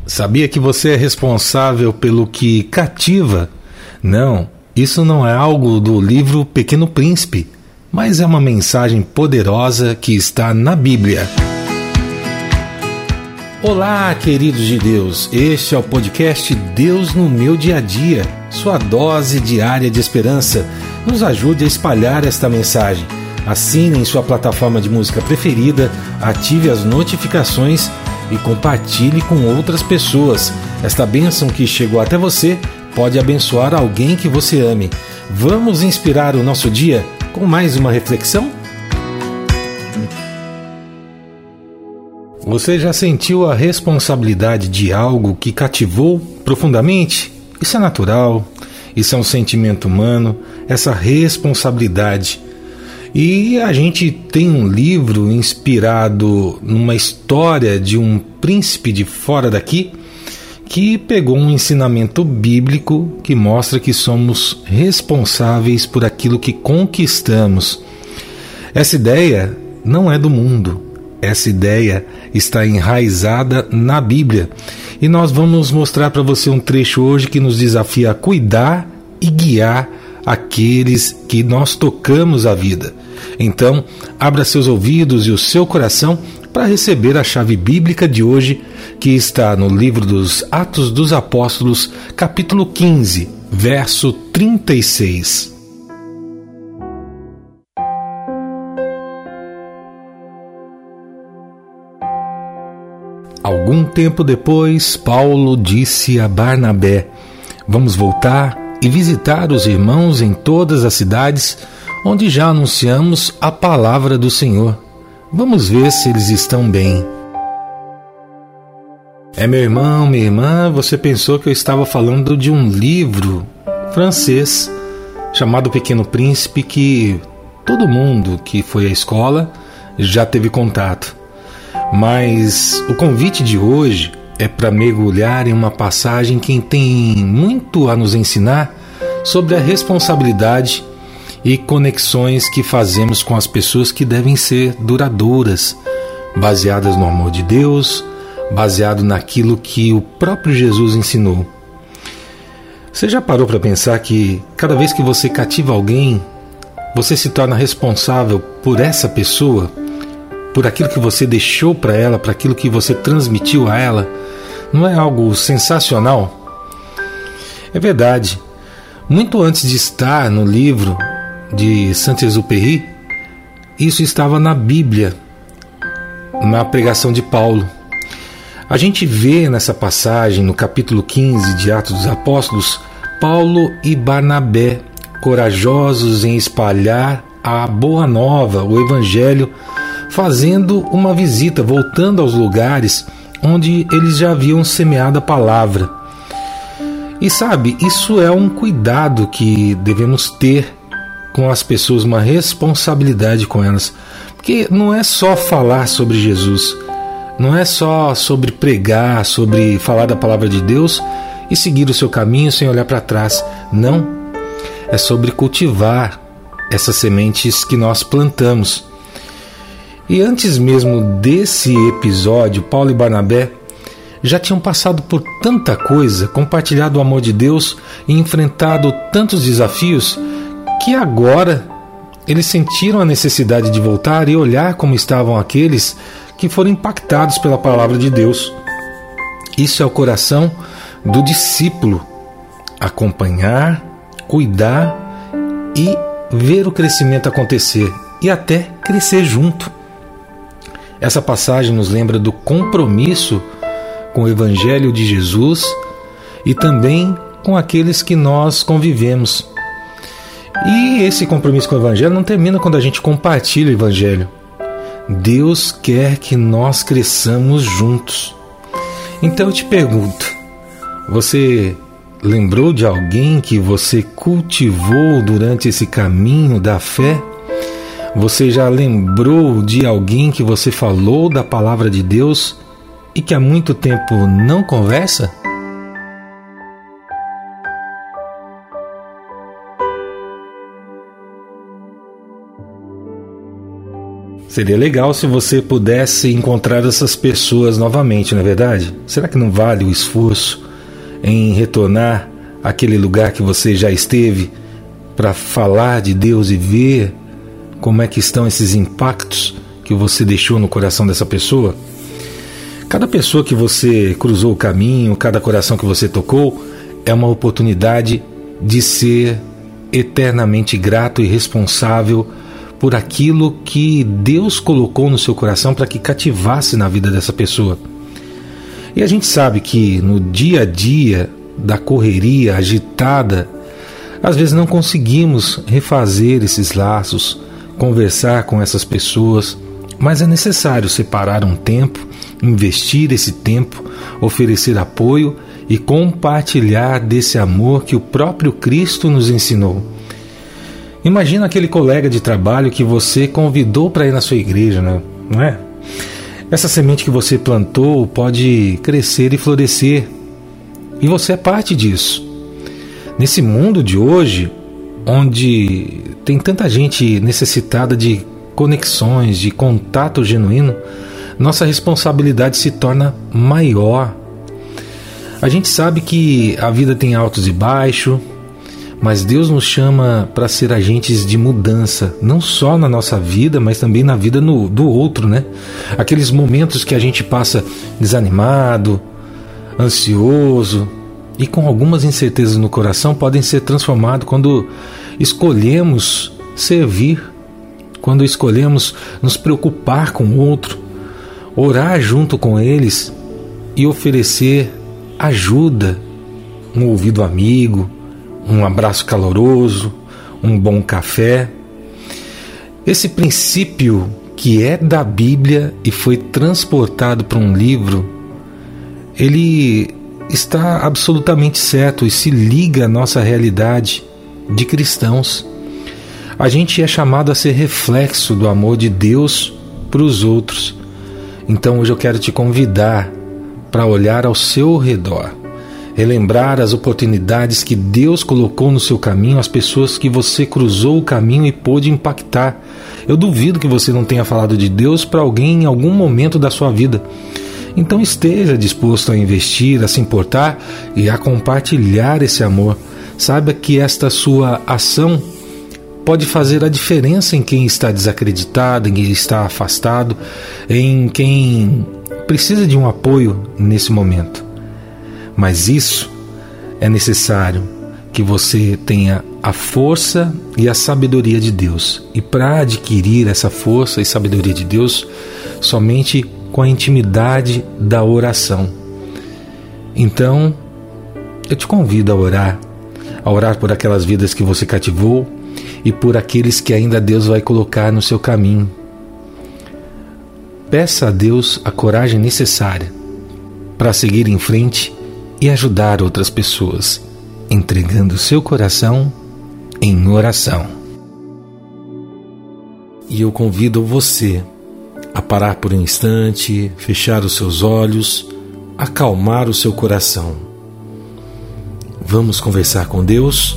Sabia que você é responsável pelo que cativa? Não, isso não é algo do livro Pequeno Príncipe, mas é uma mensagem poderosa que está na Bíblia. Olá, queridos de Deus, este é o podcast Deus no Meu Dia a Dia, sua dose diária de esperança. Nos ajude a espalhar esta mensagem. Assine em sua plataforma de música preferida, ative as notificações e compartilhe com outras pessoas. Esta bênção que chegou até você pode abençoar alguém que você ame. Vamos inspirar o nosso dia com mais uma reflexão? Você já sentiu a responsabilidade de algo que cativou profundamente? Isso é natural, isso é um sentimento humano, essa responsabilidade. E a gente tem um livro inspirado numa história de um príncipe de fora daqui que pegou um ensinamento bíblico que mostra que somos responsáveis por aquilo que conquistamos. Essa ideia não é do mundo, essa ideia está enraizada na Bíblia. E nós vamos mostrar para você um trecho hoje que nos desafia a cuidar e guiar aqueles que nós tocamos a vida. Então, abra seus ouvidos e o seu coração para receber a chave bíblica de hoje, que está no livro dos Atos dos Apóstolos, capítulo 15, verso 36. Algum tempo depois, Paulo disse a Barnabé: vamos voltar e visitar os irmãos em todas as cidades onde já anunciamos a palavra do Senhor. Vamos ver se eles estão bem. Meu irmão, minha irmã, você pensou que eu estava falando de um livro francês chamado Pequeno Príncipe, que todo mundo que foi à escola já teve contato. Mas o convite de hoje é para mergulhar em uma passagem que tem muito a nos ensinar sobre a responsabilidade e conexões que fazemos com as pessoas que devem ser duradouras, baseadas no amor de Deus, baseado naquilo que o próprio Jesus ensinou. Você já parou para pensar que cada vez que você cativa alguém, você se torna responsável por essa pessoa, por aquilo que você deixou para ela, por aquilo que você transmitiu a ela? Não é algo sensacional? É verdade. Muito antes de estar no livro de Saint-Exupéry, isso estava na Bíblia, na pregação de Paulo. A gente vê nessa passagem, no capítulo 15 de Atos dos Apóstolos, Paulo e Barnabé, corajosos em espalhar a boa nova, o Evangelho, fazendo uma visita, voltando aos lugares onde eles já haviam semeado a palavra. E sabe, isso é um cuidado que devemos ter com as pessoas, uma responsabilidade com elas. Porque não é só falar sobre Jesus, não é só sobre pregar, sobre falar da palavra de Deus e seguir o seu caminho sem olhar para trás. Não, é sobre cultivar essas sementes que nós plantamos. E antes mesmo desse episódio, Paulo e Barnabé já tinham passado por tanta coisa, compartilhado o amor de Deus e enfrentado tantos desafios, que agora eles sentiram a necessidade de voltar e olhar como estavam aqueles que foram impactados pela palavra de Deus. Isso é o coração do discípulo: acompanhar, cuidar e ver o crescimento acontecer e até crescer junto. Essa passagem nos lembra do compromisso com o Evangelho de Jesus e também com aqueles que nós convivemos. E esse compromisso com o Evangelho não termina quando a gente compartilha o Evangelho. Deus quer que nós cresçamos juntos. Então eu te pergunto, você lembrou de alguém que você cultivou durante esse caminho da fé? Você já lembrou de alguém que você falou da palavra de Deus e que há muito tempo não conversa? Seria legal se você pudesse encontrar essas pessoas novamente, não é verdade? Será que não vale o esforço em retornar àquele lugar que você já esteve para falar de Deus e ver como é que estão esses impactos que você deixou no coração dessa pessoa? Cada pessoa que você cruzou o caminho, cada coração que você tocou, é uma oportunidade de ser eternamente grato e responsável por aquilo que Deus colocou no seu coração para que cativasse na vida dessa pessoa. E a gente sabe que no dia a dia da correria agitada, às vezes não conseguimos refazer esses laços, conversar com essas pessoas, mas é necessário separar um tempo, investir esse tempo, oferecer apoio e compartilhar desse amor que o próprio Cristo nos ensinou. Imagina aquele colega de trabalho que você convidou para ir na sua igreja, não é? Essa semente que você plantou pode crescer e florescer, e você é parte disso. Nesse mundo de hoje, onde tem tanta gente necessitada de conexões, de contato genuíno, nossa responsabilidade se torna maior. A gente sabe que a vida tem altos e baixos, mas Deus nos chama para ser agentes de mudança, não só na nossa vida, mas também na vida do outro, né? Aqueles momentos que a gente passa desanimado, ansioso e com algumas incertezas no coração podem ser transformados quando escolhemos servir, quando escolhemos nos preocupar com o outro, orar junto com eles e oferecer ajuda, um ouvido amigo, um abraço caloroso, um bom café. Esse princípio que é da Bíblia e foi transportado para um livro, ele está absolutamente certo e se liga à nossa realidade de cristãos. A gente é chamado a ser reflexo do amor de Deus para os outros. Então hoje eu quero te convidar para olhar ao seu redor, relembrar as oportunidades que Deus colocou no seu caminho, as pessoas que você cruzou o caminho e pôde impactar. Eu duvido que você não tenha falado de Deus para alguém em algum momento da sua vida. Então esteja disposto a investir, a se importar e a compartilhar esse amor. Saiba que esta sua ação pode fazer a diferença em quem está desacreditado, em quem está afastado, em quem precisa de um apoio nesse momento. Mas isso é necessário que você tenha a força e a sabedoria de Deus. E para adquirir essa força e sabedoria de Deus, somente com a intimidade da oração. Então, eu te convido a orar por aquelas vidas que você cativou e por aqueles que ainda Deus vai colocar no seu caminho. Peça a Deus a coragem necessária para seguir em frente e ajudar outras pessoas, entregando seu coração em oração. E eu convido você a parar por um instante, fechar os seus olhos, acalmar o seu coração. Vamos conversar com Deus?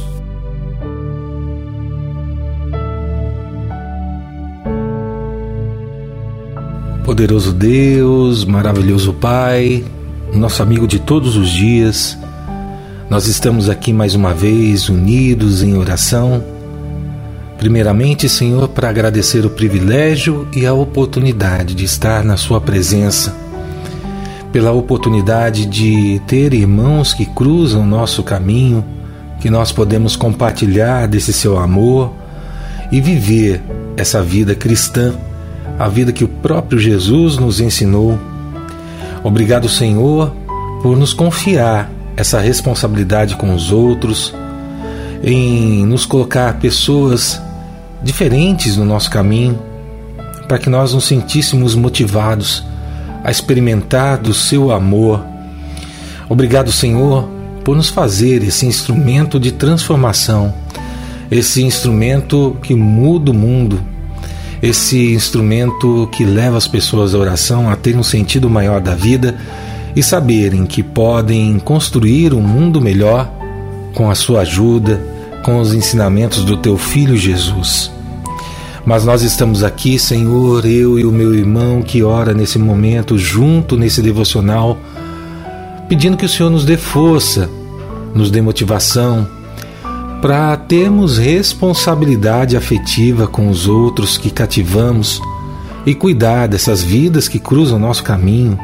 Poderoso Deus, maravilhoso Pai, nosso amigo de todos os dias, nós estamos aqui mais uma vez unidos em oração. Primeiramente, Senhor, para agradecer o privilégio e a oportunidade de estar na Sua presença, pela oportunidade de ter irmãos que cruzam nosso caminho, que nós podemos compartilhar desse Seu amor e viver essa vida cristã, a vida que o próprio Jesus nos ensinou. Obrigado, Senhor, por nos confiar essa responsabilidade com os outros, em nos colocar pessoas diferentes no nosso caminho, para que nós nos sentíssemos motivados a experimentar do seu amor. Obrigado, Senhor, por nos fazer esse instrumento de transformação, esse instrumento que muda o mundo, esse instrumento que leva as pessoas à oração a ter um sentido maior da vida e saberem que podem construir um mundo melhor com a sua ajuda, com os ensinamentos do Teu Filho Jesus. Mas nós estamos aqui, Senhor, eu e o meu irmão que ora nesse momento, junto nesse devocional, pedindo que o Senhor nos dê força, nos dê motivação, para termos responsabilidade afetiva com os outros que cativamos e cuidar dessas vidas que cruzam nosso caminho.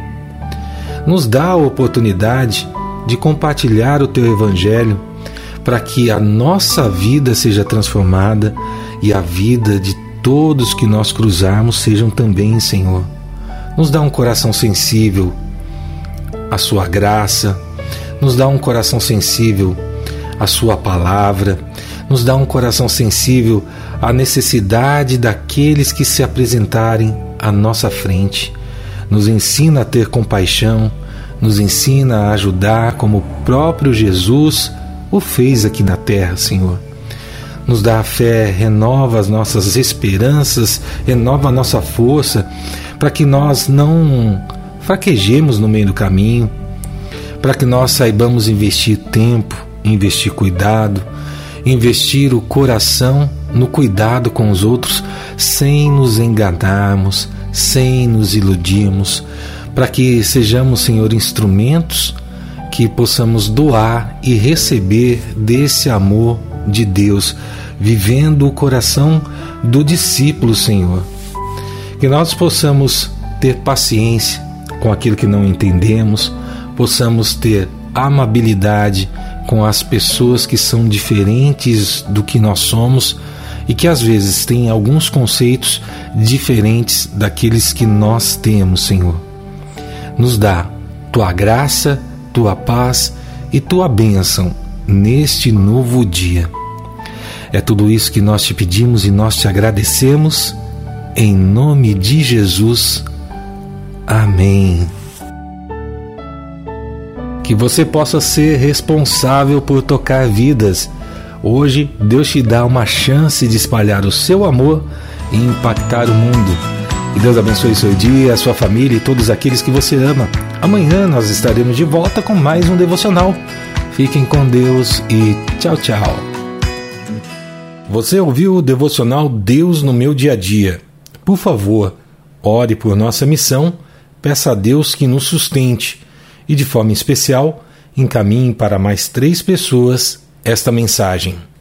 Nos dá a oportunidade de compartilhar o Teu Evangelho para que a nossa vida seja transformada e a vida de todos que nós cruzarmos sejam também, Senhor. Nos dá um coração sensível à Sua graça, nos dá um coração sensível à Sua palavra, nos dá um coração sensível à necessidade daqueles que se apresentarem à nossa frente. Nos ensina a ter compaixão, nos ensina a ajudar como o próprio Jesus o fez aqui na terra, Senhor. Nos dá a fé, renova as nossas esperanças, renova a nossa força, para que nós não fraquejemos no meio do caminho, para que nós saibamos investir tempo, investir cuidado, investir o coração no cuidado com os outros, sem nos enganarmos, sem nos iludirmos, para que sejamos, Senhor, instrumentos que possamos doar e receber desse amor de Deus, vivendo o coração do discípulo, Senhor. Que nós possamos ter paciência com aquilo que não entendemos, possamos ter amabilidade com as pessoas que são diferentes do que nós somos e que às vezes têm alguns conceitos diferentes daqueles que nós temos, Senhor. Nos dá Tua graça, Tua paz e Tua bênção neste novo dia. É tudo isso que nós te pedimos e nós te agradecemos, em nome de Jesus. Amém. Que você possa ser responsável por tocar vidas. Hoje, Deus te dá uma chance de espalhar o seu amor e impactar o mundo. Que Deus abençoe seu dia, a sua família e todos aqueles que você ama. Amanhã nós estaremos de volta com mais um devocional. Fiquem com Deus e tchau, tchau. Você ouviu o devocional Deus no meu dia a dia? Por favor, ore por nossa missão, peça a Deus que nos sustente e, de forma especial, encaminhe para mais 3 pessoas esta mensagem.